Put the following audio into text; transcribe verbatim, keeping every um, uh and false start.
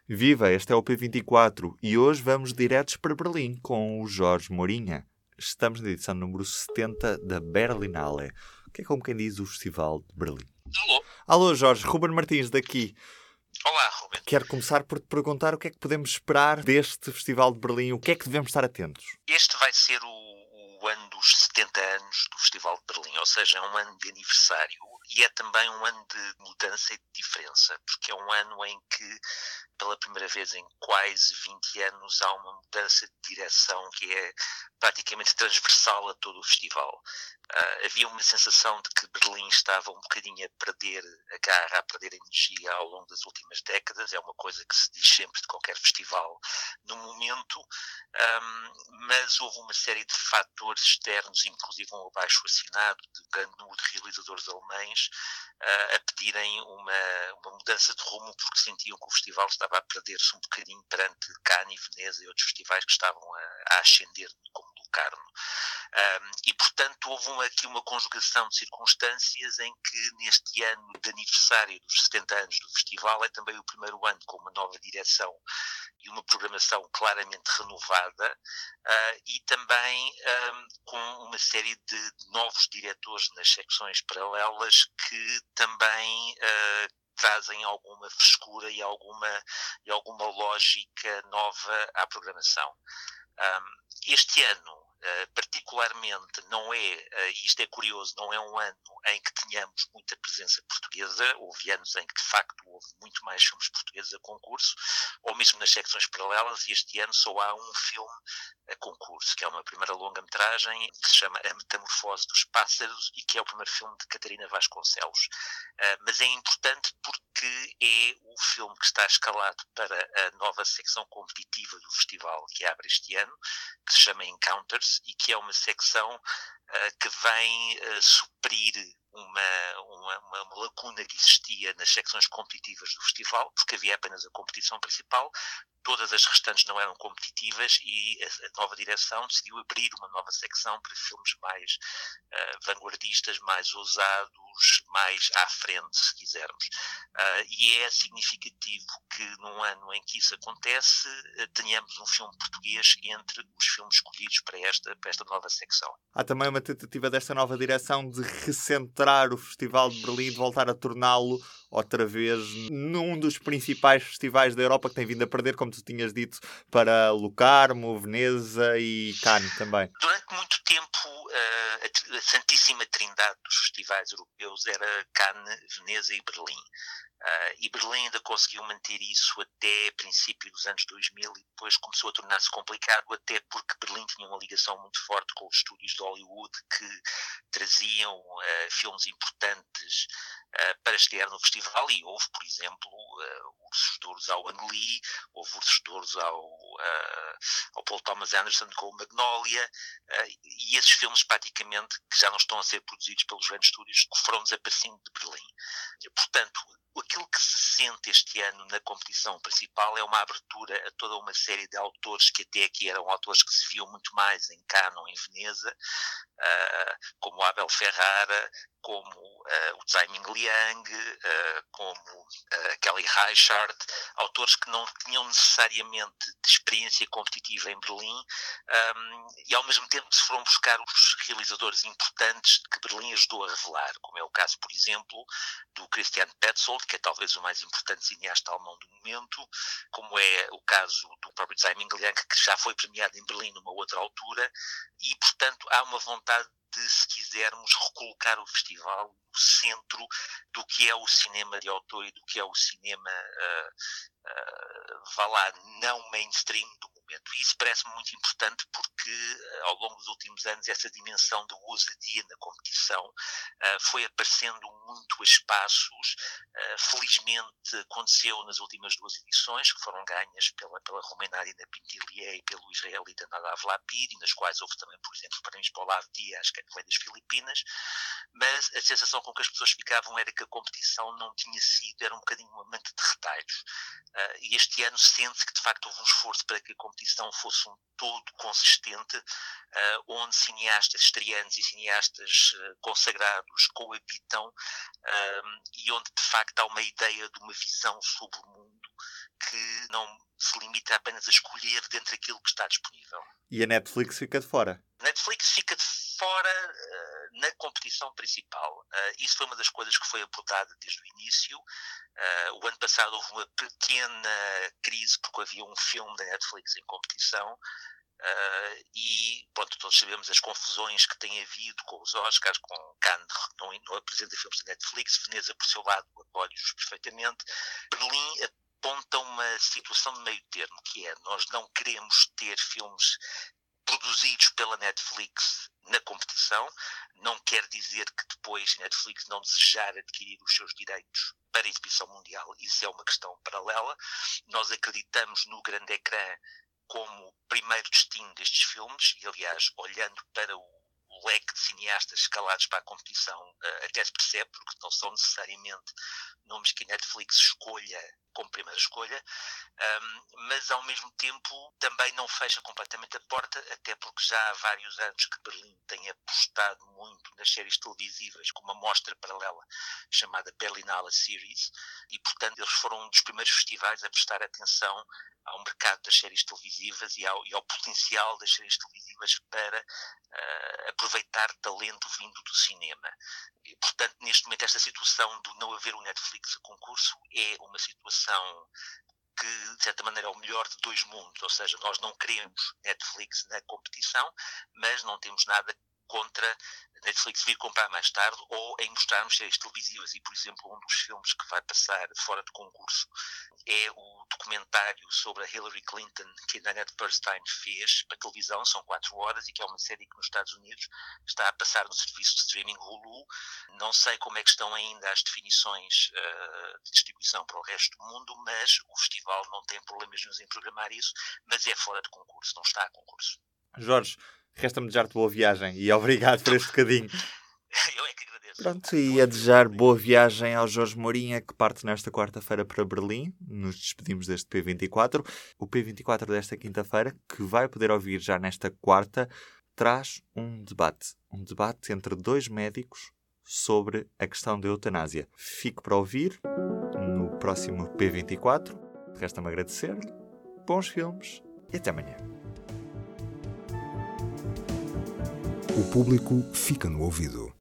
Viva, este é o P vinte e quatro e hoje vamos diretos para Berlim com o Jorge Mourinha. Estamos na edição número setenta da Berlinale, que é como quem diz o Festival de Berlim. Alô? Alô Jorge, Ruben Martins daqui. Olá, Ruben. Quero começar por te perguntar o que é que podemos esperar deste Festival de Berlim, o que é que devemos estar atentos? Este vai ser o, o ano dos setenta anos do Festival de Berlim, ou seja, é um ano de aniversário e é também um ano de mudança e de diferença, porque é um ano em que, pela primeira vez em quase vinte anos, há uma mudança de direção que é praticamente transversal a todo o festival. Uh, havia uma sensação de que Berlim estava um bocadinho a perder a garra, a perder a energia ao longo das últimas décadas. É uma coisa que se diz sempre de qualquer festival no momento, um, mas houve uma série de fatores externos, inclusive um abaixo assinado de grande número de realizadores alemães, uh, a pedirem uma, uma mudança de rumo porque sentiam que o festival estava a perder-se um bocadinho perante Cannes e Veneza e outros festivais que estavam a, a ascender como Locarno. Um, e, portanto, houve uma, aqui uma conjugação de circunstâncias em que, neste ano de aniversário dos setenta anos do festival, é também o primeiro ano com uma nova direção e uma programação claramente renovada uh, e também um, com uma série de novos diretores nas secções paralelas que também uh, trazem alguma frescura e alguma, e alguma lógica nova à programação. Um, este ano, Uh, particularmente, não é, uh, e isto é curioso, não é um ano em que tenhamos muita presença portuguesa. Houve anos em que, de facto, houve muito mais filmes portugueses a concurso, ou mesmo nas secções paralelas, e este ano só há um filme a concurso, que é uma primeira longa-metragem, que se chama A Metamorfose dos Pássaros, e que é o primeiro filme de Catarina Vasconcelos. Uh, mas é importante porque é o filme que está escalado para a nova secção competitiva do festival que abre este ano, que se chama Encounters, e que é uma secção uh, que vem uh, suprir uma, uma, uma lacuna que existia nas secções competitivas do festival, porque havia apenas a competição principal, todas as restantes não eram competitivas e a, a nova direção decidiu abrir uma nova secção para filmes mais uh, vanguardistas, mais ousados, mais à frente, se quisermos. Uh, e é significativo que num ano em que isso acontece, uh, tenhamos um filme português entre os filmes escolhidos para esta, para esta nova secção. Há também uma tentativa desta nova direção de recentrar o Festival de Berlim, de voltar a torná-lo outra vez num dos principais festivais da Europa que tem vindo a perder, como tu tinhas dito, para Locarno, Veneza e Cannes também. Durante muito tempo, a santíssima trindade dos festivais europeus era Cannes, Veneza e Berlim. Uh, e Berlim ainda conseguiu manter isso até princípio dos anos dois mil e depois começou a tornar-se complicado, até porque Berlim tinha uma ligação muito forte com os estúdios de Hollywood que traziam uh, filmes importantes uh, para estrear no festival, e houve, por exemplo, uh, Ursos de Ouros ao Ang Lee, houve Ursos de Ouros ao, uh, ao Paul Thomas Anderson com o Magnolia, uh, e esses filmes praticamente que já não estão a ser produzidos pelos grandes estúdios foram desaparecendo de Berlim. E, portanto, aquilo que se sente este ano na competição principal é uma abertura a toda uma série de autores que até aqui eram autores que se viam muito mais em Cannes ou em Veneza, uh, como Abel Ferrara, como uh, o Tsai Ming Liang, uh, como uh, Kelly Reichardt, autores que não tinham necessariamente de experiência competitiva em Berlim, um, e ao mesmo tempo se foram buscar os realizadores importantes que Berlim ajudou a revelar, como é o caso, por exemplo, do Christian Petzold, que é talvez o mais importante cineasta alemão do momento, como é o caso do próprio Tsai Ming Liang, que já foi premiado em Berlim numa outra altura, e, portanto, há uma vontade de, se quisermos, recolocar o festival no centro do que é o cinema de autor e do que é o cinema, uh, uh, vá lá, não mainstream do momento. E isso parece-me muito importante porque, ao longo dos últimos anos, essa dimensão de ousadia na competição uh, foi aparecendo muito a espaços. Uh, felizmente aconteceu nas últimas duas edições, que foram ganhas pela, pela Romainarina Pintillier e pelo israelita Nadav Lapid, e nas quais houve também, por exemplo, prémios para o Lav Dias, que vem das Filipinas, mas a sensação com que as pessoas ficavam era que a competição não tinha sido, era um bocadinho um amante de retalhos. Uh, e este ano sente-se que de facto houve um esforço para que a competição fosse um todo consistente, uh, onde cineastas estreantes e cineastas uh, consagrados coabitam, uh, e onde de facto há uma ideia de uma visão sobre o mundo que não se limita apenas a escolher dentro daquilo que está disponível. E a Netflix fica de fora. Netflix fica de fora uh, na competição principal. Uh, isso foi uma das coisas que foi abordada desde o início. Uh, o ano passado houve uma pequena crise porque havia um filme da Netflix em competição. Uh, e, pronto, todos sabemos as confusões que tem havido com os Oscars, com Cannes não, não apresenta filmes da Netflix, Veneza, por seu lado, apoia-os perfeitamente. Berlim aponta uma situação de meio termo, que é, nós não queremos ter filmes produzidos pela Netflix na competição, não quer dizer que depois a Netflix não desejar adquirir os seus direitos para a exibição mundial, isso é uma questão paralela. Nós acreditamos no grande ecrã como primeiro destino destes filmes, e aliás, olhando para o, o leque de cineastas escalados para a competição, uh, até se percebe, porque não são necessariamente nomes que a Netflix escolha como primeira escolha, um, mas ao mesmo tempo também não fecha completamente a porta, até porque já há vários anos que Berlim tem apostado muito nas séries televisivas com uma mostra paralela chamada Berlinale Series, e portanto eles foram um dos primeiros festivais a prestar atenção ao mercado das séries televisivas e ao, e ao potencial das séries televisivas para uh, aproveitar talento vindo do cinema. E, portanto, neste momento, esta situação de não haver um Netflix a concurso é uma situação que, de certa maneira, é o melhor de dois mundos. Ou seja, nós não queremos Netflix na competição, mas não temos nada contra Netflix vir comprar mais tarde ou em mostrarmos séries televisivas. E, por exemplo, um dos filmes que vai passar fora de concurso é o documentário sobre a Hillary Clinton que a Annette Burstein fez para televisão, são quatro horas, e que é uma série que nos Estados Unidos está a passar no serviço de streaming Hulu. Não sei como é que estão ainda as definições uh, de distribuição para o resto do mundo, mas o festival não tem problemas nenhum em programar isso, mas é fora de concurso, não está a concurso. Jorge, resta-me desejar-te boa viagem e obrigado por este bocadinho. Eu é que agradeço. Pronto, e a desejar boa viagem ao Jorge Mourinho, que parte nesta quarta-feira para Berlim. Nos despedimos deste P vinte e quatro. O P vinte e quatro desta quinta-feira, que vai poder ouvir já nesta quarta, traz um debate. Um debate entre dois médicos sobre a questão da eutanásia. Fique para ouvir no próximo P vinte e quatro. Resta-me agradecer-lhe. Bons filmes e até amanhã. O público fica no ouvido.